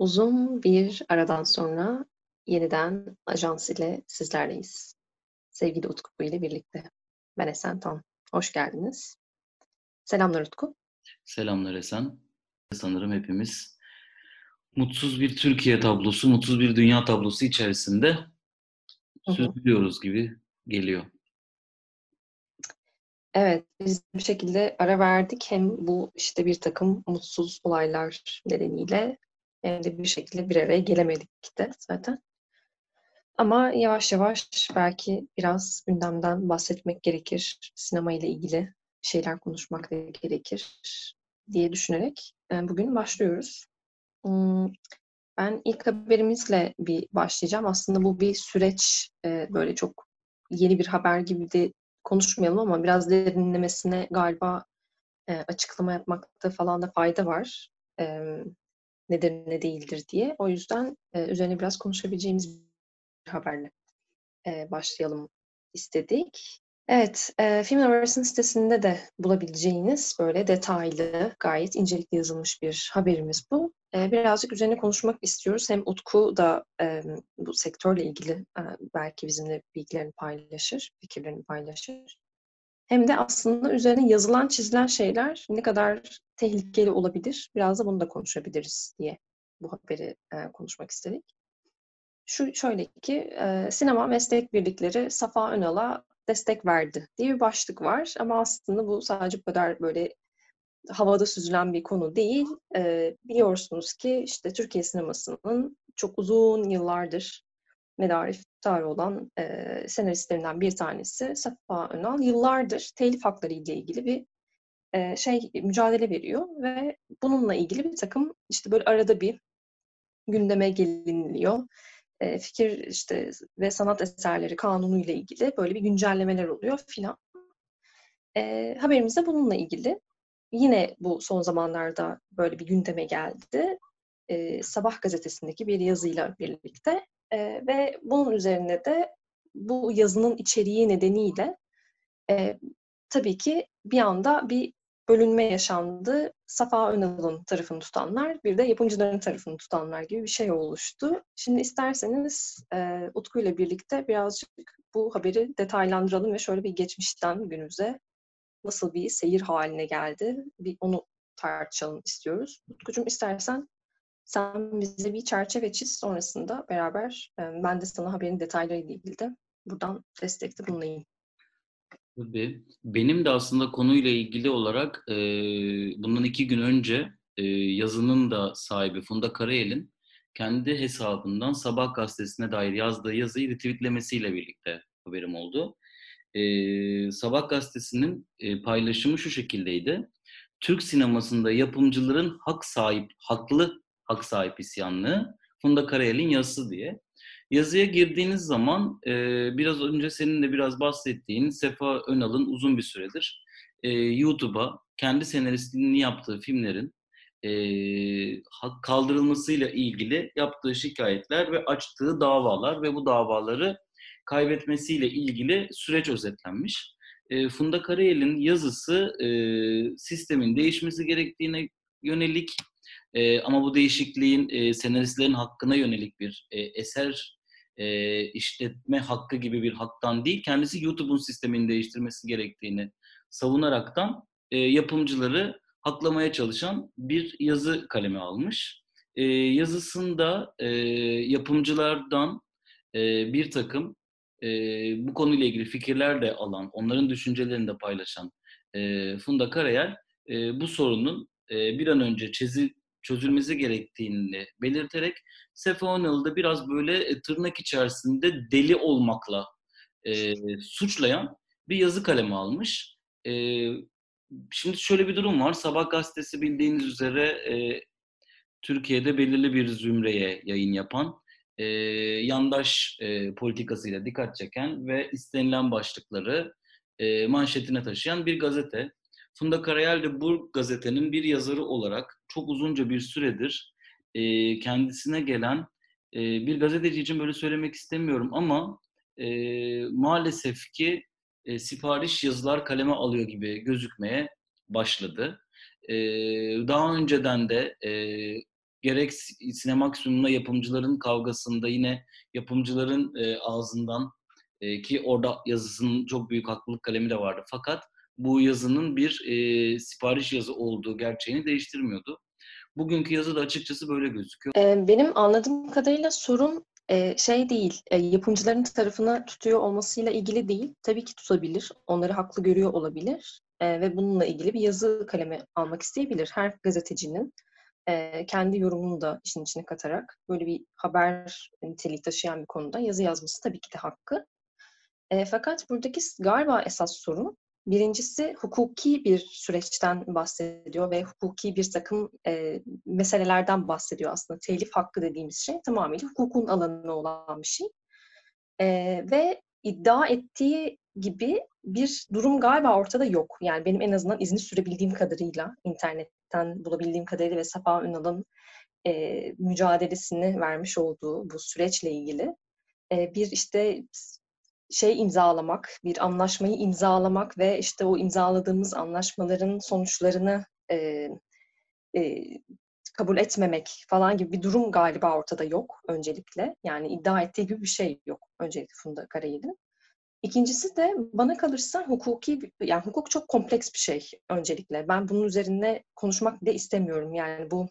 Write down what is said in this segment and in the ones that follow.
Uzun bir aradan sonra yeniden ajans ile sizlerleyiz. Sevgili Utku ile birlikte. Ben Esen Tan. Hoş geldiniz. Selamlar Utku. Selamlar Esen. Sanırım hepimiz mutsuz bir Türkiye tablosu, mutsuz bir dünya tablosu içerisinde Hı hı. süzülüyoruz gibi geliyor. Evet, biz bir şekilde ara verdik. Hem bu işte bir takım mutsuz olaylar nedeniyle hem de bir şekilde bir araya gelemedik de zaten. Ama yavaş yavaş belki biraz gündemden bahsetmek gerekir. Sinema ile ilgili bir şeyler konuşmak da gerekir diye düşünerek bugün başlıyoruz. Hmm, Ben ilk haberimizle bir başlayacağım. Aslında bu bir süreç, böyle çok yeni bir haber gibi de konuşmayalım ama biraz derinlemesine galiba açıklama yapmakta falan da fayda var. E, Nedir ne değildir diye. O yüzden üzerine biraz konuşabileceğimiz bir haberle başlayalım istedik. Evet, Film Arası'nın sitesinde de bulabileceğiniz böyle detaylı, gayet incelikli yazılmış bir haberimiz bu. Birazcık üzerine konuşmak istiyoruz. Hem Utku da bu sektörle ilgili belki bizimle bilgilerini paylaşır, fikirlerini paylaşır. Hem de aslında üzerine yazılan, çizilen şeyler ne kadar tehlikeli olabilir, biraz da bunu da konuşabiliriz diye bu haberi konuşmak istedik. Şöyle ki, sinema meslek birlikleri Safa Önal'a destek verdi diye bir başlık var. Ama aslında bu sadece bu kadar böyle havada süzülen bir konu değil. Biliyorsunuz ki işte Türkiye sinemasının çok uzun yıllardır medarı iftiharı olan senaristlerinden bir tanesi Safa Önal yıllardır telif hakları ile ilgili bir mücadele veriyor ve bununla ilgili bir takım işte böyle arada bir gündeme geliniliyor. Fikir işte ve sanat eserleri kanunu ile ilgili böyle bir güncellemeler oluyor filan. Haberimiz de bununla ilgili. Yine bu son zamanlarda böyle bir gündeme geldi. Sabah gazetesindeki bir yazıyla birlikte. Ve bunun üzerine de bu yazının içeriği nedeniyle e, tabii ki bir anda bir bölünme yaşandı. Safa Önal'ın tarafını tutanlar, bir de yapımcıların tarafını tutanlar gibi bir şey oluştu. Şimdi isterseniz Utku ile birlikte birazcık bu haberi detaylandıralım ve şöyle bir geçmişten günümüze nasıl bir seyir haline geldi, bir onu tartışalım istiyoruz. Utkucuğum istersen sen bize bir çerçeve çiz, sonrasında beraber ben de sana haberin detaylarıyla ilgili de buradan destekte bulunayım. Tabii. Benim de aslında konuyla ilgili olarak bundan 2 gün önce yazının da sahibi Funda Karayel'in kendi hesabından Sabah gazetesine dair yazdığı yazıyı retweetlemesiyle birlikte haberim oldu. Sabah gazetesinin paylaşımı şu şekildeydi. Türk sinemasında yapımcıların haklı hak sahip isyanlığı Funda Karayel'in yazısı diye. Yazıya girdiğiniz zaman biraz önce senin de biraz bahsettiğin Sefa Önal'ın uzun bir süredir YouTube'a kendi senaristliğini yaptığı filmlerin kaldırılmasıyla ilgili yaptığı şikayetler ve açtığı davalar ve bu davaları kaybetmesiyle ilgili süreç özetlenmiş. Funda Karayel'in yazısı sistemin değişmesi gerektiğine yönelik ama bu değişikliğin senaristlerin hakkına yönelik bir eser işletme hakkı gibi bir haktan değil, kendisi YouTube'un sistemini değiştirmesi gerektiğini savunaraktan yapımcıları haklamaya çalışan bir yazı kaleme almış. Yazısında yapımcılardan bir takım bu konuyla ilgili fikirler de alan, onların düşüncelerini de paylaşan Funda Karayel bu sorunun bir an önce çözülmesi gerektiğini belirterek Sefa Önal'ı da biraz böyle tırnak içerisinde deli olmakla suçlayan bir yazı kaleme almış. E, Şimdi şöyle bir durum var. Sabah gazetesi bildiğiniz üzere Türkiye'de belirli bir zümreye yayın yapan, yandaş politikasıyla dikkat çeken ve istenilen başlıkları manşetine taşıyan bir gazete. Funda Karayel de bu gazetenin bir yazarı olarak çok uzunca bir süredir kendisine gelen bir gazeteci için böyle söylemek istemiyorum ama maalesef ki sipariş yazılar kaleme alıyor gibi gözükmeye başladı. Daha önceden de gerek Sinemaksimum'la yapımcıların kavgasında yine yapımcıların ağzından ki orada yazısının çok büyük haklılık kalemi de vardı. Fakat bu yazının bir sipariş yazı olduğu gerçeğini değiştirmiyordu. Bugünkü yazı da açıkçası böyle gözüküyor. Benim anladığım kadarıyla sorun şey değil, yapımcıların tarafını tutuyor olmasıyla ilgili değil. Tabii ki tutabilir, onları haklı görüyor olabilir ve bununla ilgili bir yazı kalemi almak isteyebilir. Her gazetecinin kendi yorumunu da işin içine katarak böyle bir haber niteliği taşıyan bir konuda yazı yazması tabii ki de hakkı. Fakat buradaki galiba esas sorun, birincisi hukuki bir süreçten bahsediyor ve hukuki bir takım meselelerden bahsediyor aslında. Telif hakkı dediğimiz şey tamamıyla hukukun alanına olan bir şey. Ve iddia ettiği gibi bir durum galiba ortada yok. Yani benim en azından izini sürebildiğim kadarıyla, internetten bulabildiğim kadarıyla ve Safa Ünal'ın mücadelesini vermiş olduğu bu süreçle ilgili bir işte şey imzalamak, bir anlaşmayı imzalamak ve işte o imzaladığımız anlaşmaların sonuçlarını e, kabul etmemek falan gibi bir durum galiba ortada yok öncelikle. Yani iddia ettiği gibi bir şey yok öncelikle Funda Karayel'in. İkincisi de bana kalırsa yani hukuk çok kompleks bir şey öncelikle. Ben bunun üzerine konuşmak bile istemiyorum. Yani bu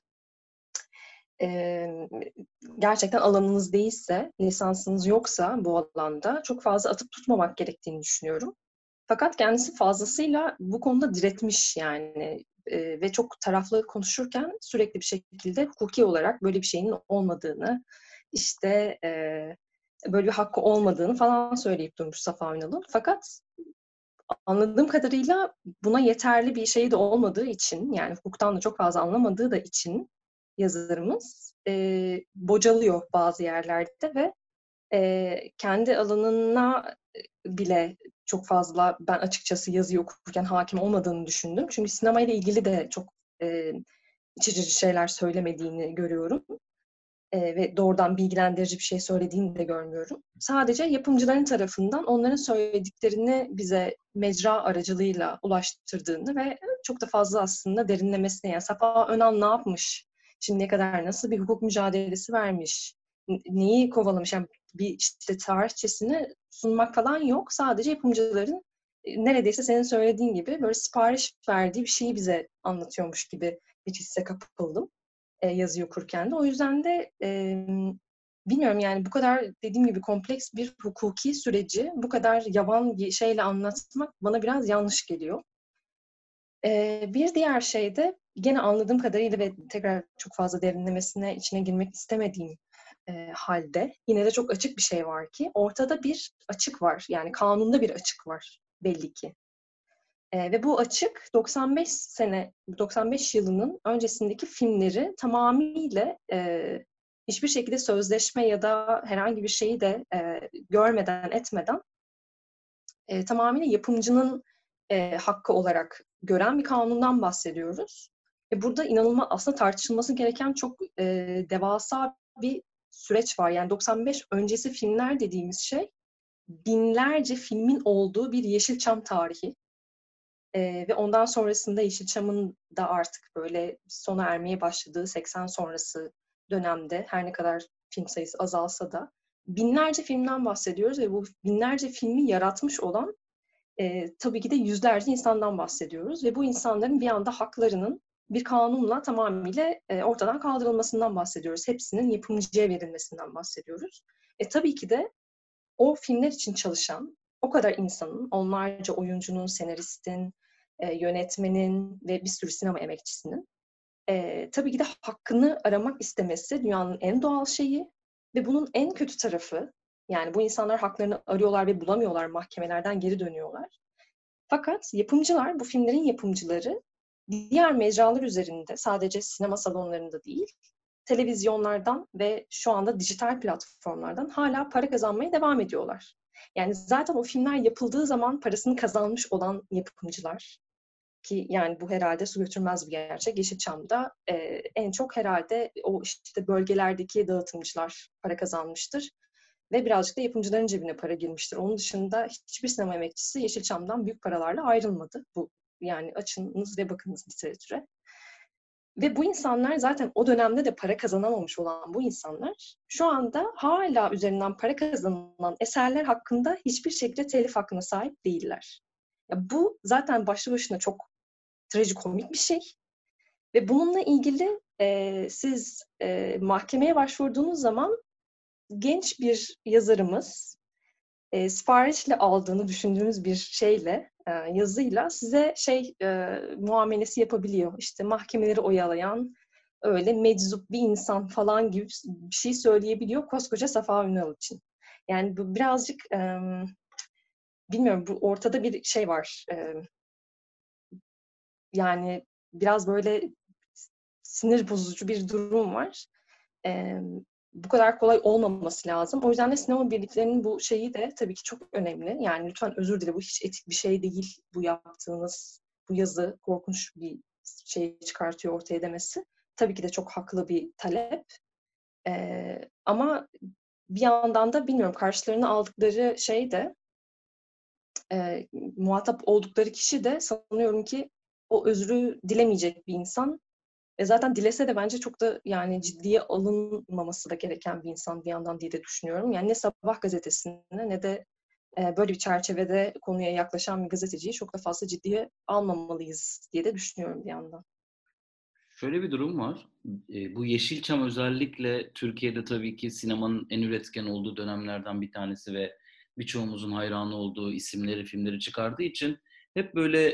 gerçekten alanınız değilse, lisansınız yoksa bu alanda çok fazla atıp tutmamak gerektiğini düşünüyorum. Fakat kendisi fazlasıyla bu konuda diretmiş yani ve çok taraflı konuşurken sürekli bir şekilde hukuki olarak böyle bir şeyin olmadığını, işte böyle bir hakkı olmadığını falan söyleyip durmuş Safa Ünal'ın. Fakat anladığım kadarıyla buna yeterli bir şey de olmadığı için, yani hukuktan da çok fazla anlamadığı da için yazarımız bocalıyor bazı yerlerde ve kendi alanına bile çok fazla ben açıkçası yazıyı okurken hakim olmadığını düşündüm. Çünkü sinemayla ilgili de çok e, iç açıcı şeyler söylemediğini görüyorum. Ve doğrudan bilgilendirici bir şey söylediğini de görmüyorum. Sadece yapımcıların tarafından onların söylediklerini bize mecra aracılığıyla ulaştırdığını ve çok da fazla aslında derinlemesine, yani Safa Önal ne yapmış, şimdiye kadar nasıl bir hukuk mücadelesi vermiş, neyi kovalamış, yani bir işte tarihçesini sunmak falan yok. Sadece yapımcıların neredeyse senin söylediğin gibi böyle sipariş verdiği bir şeyi bize anlatıyormuş gibi bir hisse kapıldım yazı okurken de. O yüzden de bilmiyorum, yani bu kadar dediğim gibi kompleks bir hukuki süreci bu kadar yavan bir şeyle anlatmak bana biraz yanlış geliyor. Bir diğer şey de gene anladığım kadarıyla ve tekrar çok fazla derinlemesine içine girmek istemediğim halde yine de çok açık bir şey var ki ortada bir açık var. Yani kanunda bir açık var belli ki. Ve bu açık 95 yılının öncesindeki filmleri tamamıyla hiçbir şekilde sözleşme ya da herhangi bir şeyi de görmeden etmeden tamamıyla yapımcının hakkı olarak gören bir kanundan bahsediyoruz. Burada inanılmaz aslında tartışılması gereken çok devasa bir süreç var. Yani 95 öncesi filmler dediğimiz şey binlerce filmin olduğu bir Yeşilçam tarihi. Ve ondan sonrasında Yeşilçam'ın da artık böyle sona ermeye başladığı 80 sonrası dönemde her ne kadar film sayısı azalsa da binlerce filmden bahsediyoruz ve bu binlerce filmi yaratmış olan tabii ki de yüzlerce insandan bahsediyoruz ve bu insanların bir anda haklarının bir kanunla tamamıyla ortadan kaldırılmasından bahsediyoruz. Hepsinin yapımcıya verilmesinden bahsediyoruz. Tabii ki de o filmler için çalışan o kadar insanın, onlarca oyuncunun, senaristin, yönetmenin ve bir sürü sinema emekçisinin tabii ki de hakkını aramak istemesi dünyanın en doğal şeyi ve bunun en kötü tarafı, yani bu insanlar haklarını arıyorlar ve bulamıyorlar, mahkemelerden geri dönüyorlar. Fakat yapımcılar, bu filmlerin yapımcıları diğer mecralar üzerinde, sadece sinema salonlarında değil, televizyonlardan ve şu anda dijital platformlardan hala para kazanmaya devam ediyorlar. Yani zaten o filmler yapıldığı zaman parasını kazanmış olan yapımcılar, ki yani bu herhalde su götürmez bir gerçek. Yeşilçam'da en çok herhalde o işte bölgelerdeki dağıtımcılar para kazanmıştır. Ve birazcık da yapımcıların cebine para girmiştir. Onun dışında hiçbir sinema emekçisi Yeşilçam'dan büyük paralarla ayrılmadı. Bu yani açınız ve bakınız literatüre. Ve bu insanlar zaten o dönemde de para kazanamamış olan bu insanlar şu anda hala üzerinden para kazanılan eserler hakkında hiçbir şekilde telif hakkına sahip değiller. Ya bu zaten başlı başına çok trajikomik bir şey. Ve bununla ilgili siz mahkemeye başvurduğunuz zaman genç bir yazarımız siparişle aldığını düşündüğünüz bir şeyle, yazıyla size muamelesi yapabiliyor. İşte mahkemeleri oyalayan, öyle meczup bir insan falan gibi bir şey söyleyebiliyor koskoca Safa Ünal için. Yani bu birazcık, bilmiyorum, bu ortada bir şey var. Yani biraz böyle sinir bozucu bir durum var. E, Bu kadar kolay olmaması lazım. O yüzden de sinema birliklerinin bu şeyi de tabii ki çok önemli. Yani lütfen özür dile, bu hiç etik bir şey değil bu yaptığınız, bu yazı korkunç bir şey çıkartıyor ortaya demesi. Tabii ki de çok haklı bir talep. Ama bir yandan da bilmiyorum, karşılarına aldıkları şey de muhatap oldukları kişi de sanıyorum ki o özrü dilemeyecek bir insan. Zaten dilese de bence çok da yani ciddiye alınmaması da gereken bir insan bir yandan diye de düşünüyorum. Yani ne Sabah gazetesine ne de böyle bir çerçevede konuya yaklaşan bir gazeteciyi çok da fazla ciddiye almamalıyız diye de düşünüyorum bir yandan. Şöyle bir durum var. Bu Yeşilçam özellikle Türkiye'de tabii ki sinemanın en üretken olduğu dönemlerden bir tanesi ve birçoğumuzun hayranı olduğu isimleri, filmleri çıkardığı için hep böyle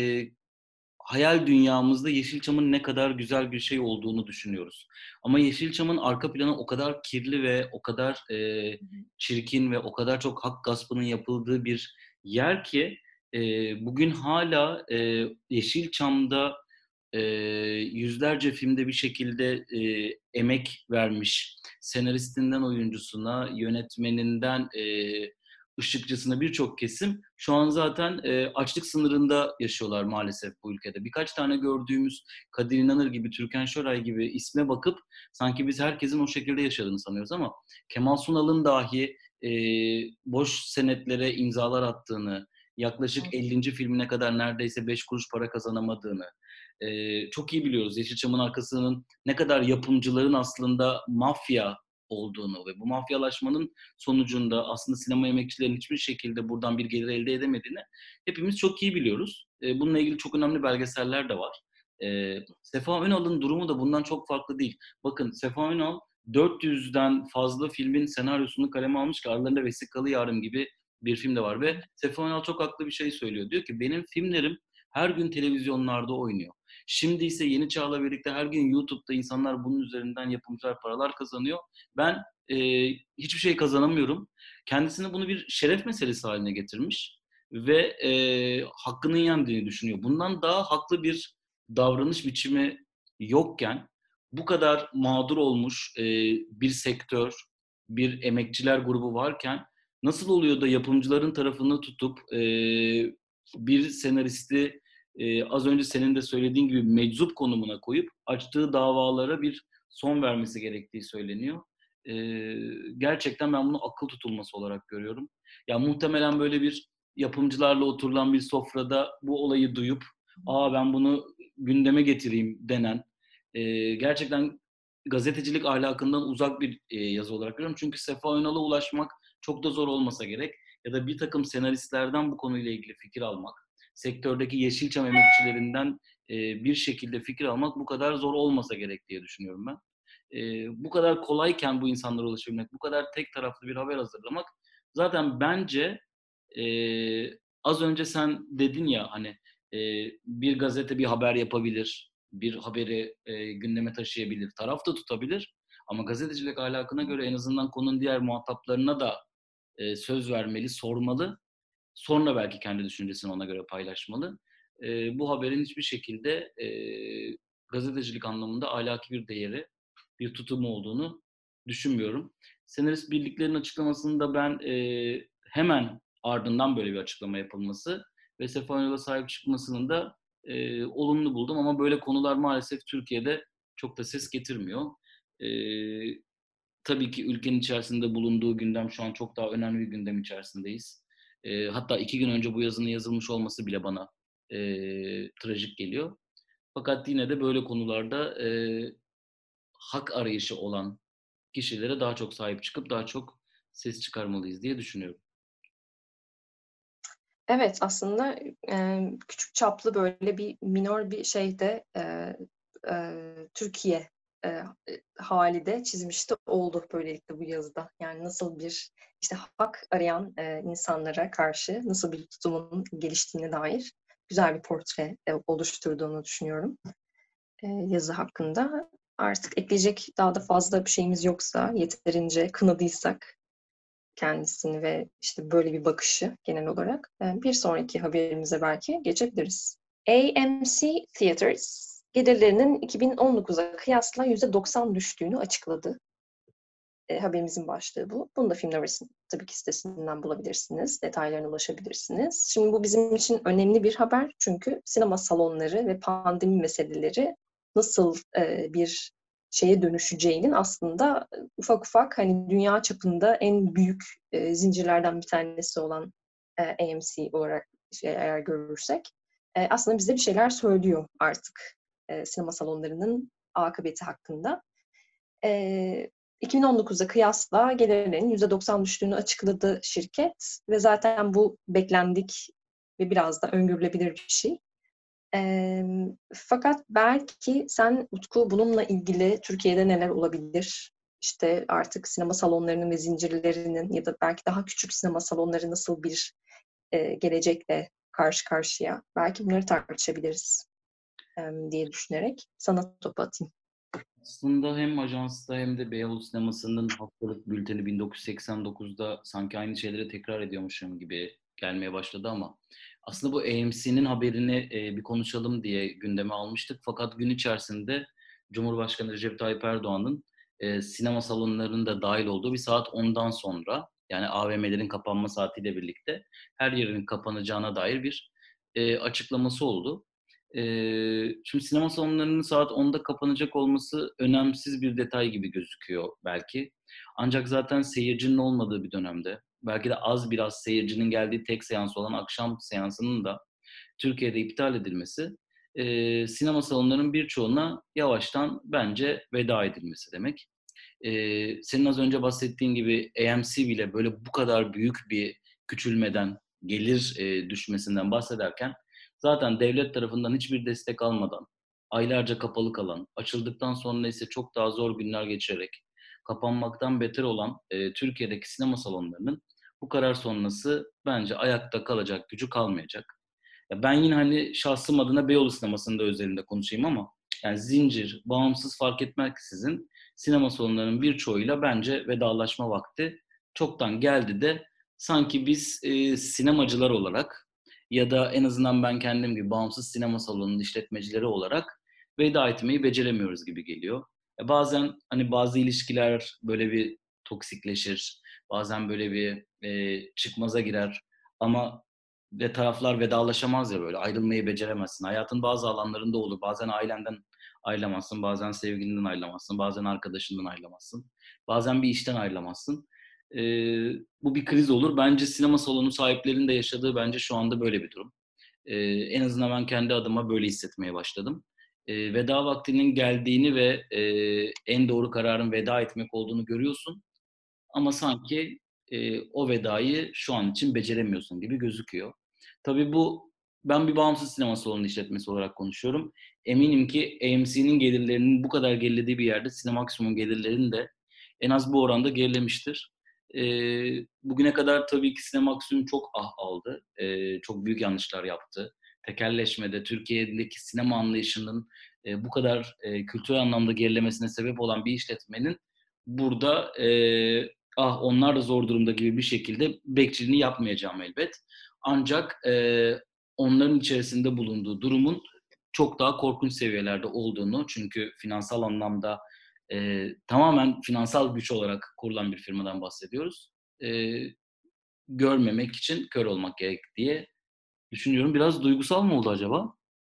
hayal dünyamızda Yeşilçam'ın ne kadar güzel bir şey olduğunu düşünüyoruz. Ama Yeşilçam'ın arka planı o kadar kirli ve o kadar çirkin ve o kadar çok hak gaspının yapıldığı bir yer ki bugün hala Yeşilçam'da e, yüzlerce filmde bir şekilde emek vermiş, senaristinden oyuncusuna, yönetmeninden ışıkçısına birçok kesim şu an zaten açlık sınırında yaşıyorlar maalesef bu ülkede. Birkaç tane gördüğümüz Kadir İnanır gibi, Türkan Şoray gibi isme bakıp sanki biz herkesin o şekilde yaşadığını sanıyoruz ama Kemal Sunal'ın dahi boş senetlere imzalar attığını, yaklaşık 50. filmine kadar neredeyse 5 kuruş para kazanamadığını çok iyi biliyoruz. Yeşilçam'ın arkasının ne kadar yapımcıların aslında mafya olduğunu ve bu mafyalaşmanın sonucunda aslında sinema emekçilerinin hiçbir şekilde buradan bir gelir elde edemediğini hepimiz çok iyi biliyoruz. Bununla ilgili çok önemli belgeseller de var. Sefa Ünal'ın durumu da bundan çok farklı değil. Bakın Sefa Ünal 400'den fazla filmin senaryosunu kaleme almış ki aralarında Vesikalı Yarım gibi bir film de var ve Sefa Ünal çok haklı bir şey söylüyor. Diyor ki benim filmlerim her gün televizyonlarda oynuyor. Şimdi ise yeni çağla birlikte her gün YouTube'da insanlar bunun üzerinden yapımcılar paralar kazanıyor. Ben e, hiçbir şey kazanamıyorum. Kendisine bunu bir şeref meselesi haline getirmiş ve hakkının yendiğini düşünüyor. Bundan daha haklı bir davranış biçimi yokken bu kadar mağdur olmuş bir sektör, bir emekçiler grubu varken nasıl oluyor da yapımcıların tarafını tutup bir senaristi az önce senin de söylediğin gibi meczup konumuna koyup açtığı davalara bir son vermesi gerektiği söyleniyor. Gerçekten ben bunu akıl tutulması olarak görüyorum. Ya muhtemelen böyle bir yapımcılarla oturulan bir sofrada bu olayı duyup ben bunu gündeme getireyim denen gerçekten gazetecilik ahlakından uzak bir yazı olarak görüyorum. Çünkü Sefa Önal'a ulaşmak çok da zor olmasa gerek. Ya da bir takım senaristlerden bu konuyla ilgili fikir almak, sektördeki Yeşilçam emekçilerinden bir şekilde fikir almak bu kadar zor olmasa gerek diye düşünüyorum ben. Bu kadar kolayken bu insanlara ulaşabilmek, bu kadar tek taraflı bir haber hazırlamak zaten bence e, az önce sen dedin ya hani bir gazete bir haber yapabilir, bir haberi gündeme taşıyabilir, taraf da tutabilir. Ama gazetecilik ahlakına göre en azından konunun diğer muhataplarına da söz vermeli, sormalı. Sonra belki kendi düşüncesini ona göre paylaşmalı. Bu haberin hiçbir şekilde gazetecilik anlamında ahlaki bir değeri, bir tutumu olduğunu düşünmüyorum. Senarist birliklerin açıklamasında ben hemen ardından böyle bir açıklama yapılması ve Sefanyol'a sahip çıkmasının da olumlu buldum ama böyle konular maalesef Türkiye'de çok da ses getirmiyor. E, tabii ki ülkenin içerisinde bulunduğu gündem şu an çok daha önemli bir gündem içerisindeyiz. Hatta 2 gün önce bu yazının yazılmış olması bile bana trajik geliyor. Fakat yine de böyle konularda hak arayışı olan kişilere daha çok sahip çıkıp daha çok ses çıkarmalıyız diye düşünüyorum. Evet, aslında küçük çaplı böyle bir minor bir şeyde Türkiye hali de çizmiş de oldu böylelikle bu yazıda. Yani nasıl bir işte hak arayan insanlara karşı nasıl bir tutumun geliştiğine dair güzel bir portre oluşturduğunu düşünüyorum yazı hakkında. Artık ekleyecek daha da fazla bir şeyimiz yoksa, yeterince kınadıysak kendisini ve işte böyle bir bakışı genel olarak bir sonraki haberimize belki geçebiliriz. AMC Theatres gelirlerinin 2019'a kıyasla %90 düştüğünü açıkladı. Haberimizin başlığı bu. Bunu da Filmnaverse'in tabii ki sitesinden bulabilirsiniz. Detaylarına ulaşabilirsiniz. Şimdi bu bizim için önemli bir haber. Çünkü sinema salonları ve pandemi meseleleri nasıl bir şeye dönüşeceğinin aslında ufak ufak hani dünya çapında en büyük zincirlerden bir tanesi olan AMC olarak eğer görürsek aslında bize bir şeyler söylüyor artık sinema salonlarının akıbeti hakkında. 2019'a kıyasla gelirlerin %90 düştüğünü açıkladı şirket ve zaten bu beklendik ve biraz da öngörülebilir bir şey. Fakat belki sen Utku bununla ilgili Türkiye'de neler olabilir? İşte artık sinema salonlarının ve zincirlerinin ya da belki daha küçük sinema salonları nasıl bir gelecekle karşı karşıya? Belki bunları tartışabiliriz diye düşünerek sana topu atayım. Aslında hem ajansta hem de Beyoğlu Sineması'nın haftalık bülteni 1989'da sanki aynı şeyleri tekrar ediyormuşum gibi gelmeye başladı ama aslında bu AMC'nin haberini bir konuşalım diye gündeme almıştık. Fakat gün içerisinde Cumhurbaşkanı Recep Tayyip Erdoğan'ın sinema salonlarının da dahil olduğu bir saat 10'dan sonra, yani AVM'lerin kapanma saatiyle birlikte her yerin kapanacağına dair bir açıklaması oldu. Şimdi sinema salonlarının saat 10'da kapanacak olması önemsiz bir detay gibi gözüküyor belki. Ancak zaten seyircinin olmadığı bir dönemde, belki de az biraz seyircinin geldiği tek seans olan akşam seansının da Türkiye'de iptal edilmesi, sinema salonlarının birçoğuna yavaştan bence veda edilmesi demek. Senin az önce bahsettiğin gibi AMC bile böyle bu kadar büyük bir küçülmeden, gelir düşmesinden bahsederken zaten devlet tarafından hiçbir destek almadan, aylarca kapalı kalan, açıldıktan sonra ise çok daha zor günler geçirerek kapanmaktan beter olan Türkiye'deki sinema salonlarının bu karar sonrası bence ayakta kalacak gücü kalmayacak. Ya ben yine hani şahsım adına Beyoğlu sinemasında özelinde konuşayım ama yani zincir, bağımsız fark etmeksizin sinema salonlarının birçoğuyla bence vedalaşma vakti çoktan geldi de sanki biz sinemacılar olarak ya da en azından ben kendim gibi bağımsız sinema salonunun işletmecileri olarak veda etmeyi beceremiyoruz gibi geliyor. Bazen hani bazı ilişkiler böyle bir toksikleşir, bazen böyle bir çıkmaza girer ama ve taraflar vedalaşamaz ya, böyle ayrılmayı beceremezsin. Hayatın bazı alanlarında olur. Bazen ailenden ayrılamazsın, bazen sevgilinden ayrılamazsın, bazen arkadaşından ayrılamazsın, bazen bir işten ayrılamazsın. Bu bir kriz olur. Bence sinema salonu sahiplerinin de yaşadığı bence şu anda böyle bir durum. En azından ben kendi adıma böyle hissetmeye başladım. Veda vaktinin geldiğini ve en doğru kararın veda etmek olduğunu görüyorsun. Ama sanki o vedayı şu an için beceremiyorsun gibi gözüküyor. Tabii bu, ben bir bağımsız sinema salonu işletmesi olarak konuşuyorum. Eminim ki AMC'nin gelirlerinin bu kadar gerilediği bir yerde Cinemaximum gelirlerinin de en az bu oranda gerilemiştir. E, Bugüne kadar tabii ki Cinemaximum çok aldı. Çok büyük yanlışlar yaptı. Tekelleşmede Türkiye'deki sinema anlayışının bu kadar kültürel anlamda gerilemesine sebep olan bir işletmenin burada onlar da zor durumda gibi bir şekilde bekçiliğini yapmayacağım elbet. Ancak onların içerisinde bulunduğu durumun çok daha korkunç seviyelerde olduğunu, çünkü finansal anlamda tamamen finansal güç olarak kurulan bir firmadan bahsediyoruz. E, Görmemek için kör olmak gerek diye düşünüyorum. Biraz duygusal mı oldu acaba?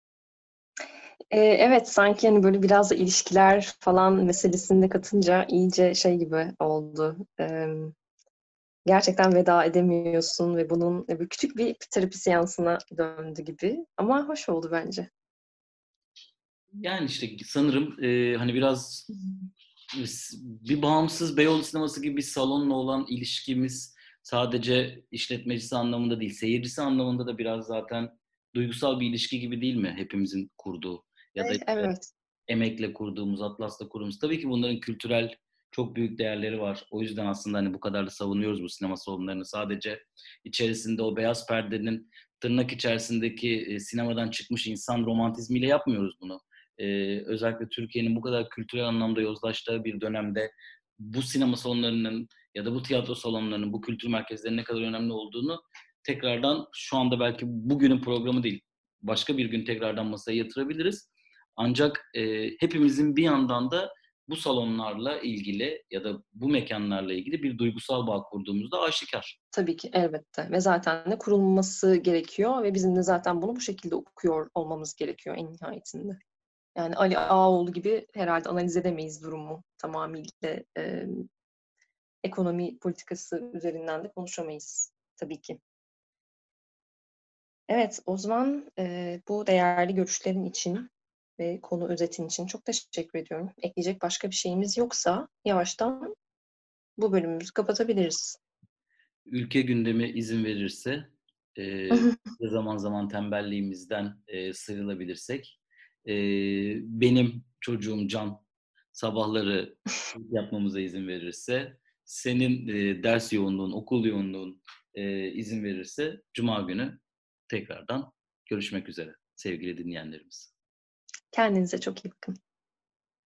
Evet, sanki hani böyle biraz da ilişkiler falan meselesinde katınca iyice şey gibi oldu. Gerçekten veda edemiyorsun ve bunun böyle küçük bir terapi seansına döndü gibi. Ama hoş oldu bence. Yani işte sanırım hani biraz bir bağımsız Beyoğlu sineması gibi bir salonla olan ilişkimiz sadece işletmecisi anlamında değil, seyircisi anlamında da biraz zaten duygusal bir ilişki gibi değil mi hepimizin kurduğu ya da Evet, Emek'le kurduğumuz, Atlas'la kurduğumuz. Tabii ki bunların kültürel çok büyük değerleri var. O yüzden aslında hani bu kadar da savunuyoruz bu sinema salonlarını. Sadece içerisinde o beyaz perdenin tırnak içerisindeki sinemadan çıkmış insan romantizmiyle yapmıyoruz bunu. Özellikle Türkiye'nin bu kadar kültürel anlamda yozlaştığı bir dönemde bu sinema salonlarının ya da bu tiyatro salonlarının, bu kültür merkezlerinin ne kadar önemli olduğunu tekrardan şu anda belki bugünün programı değil, başka bir gün tekrardan masaya yatırabiliriz. Ancak hepimizin bir yandan da bu salonlarla ilgili ya da bu mekanlarla ilgili bir duygusal bağ kurduğumuzda aşikar. tabii ki elbette. Ve zaten de kurulması gerekiyor ve bizim de zaten bunu bu şekilde okuyor olmamız gerekiyor en nihayetinde. Yani Ali Ağaoğlu gibi herhalde analiz edemeyiz durumu tamamıyla. Ekonomi politikası üzerinden de konuşamayız tabii ki. Evet, o zaman bu değerli görüşlerin için ve konu özetin için çok teşekkür ediyorum. Ekleyecek başka bir şeyimiz yoksa yavaştan bu bölümümüzü kapatabiliriz. Ülke gündemi izin verirse zaman zaman tembelliğimizden sıyrılabilirsek benim çocuğum Can sabahları yapmamıza izin verirse senin ders yoğunluğun, okul yoğunluğun izin verirse Cuma günü tekrardan görüşmek üzere sevgili dinleyenlerimiz. Kendinize çok iyi bakın.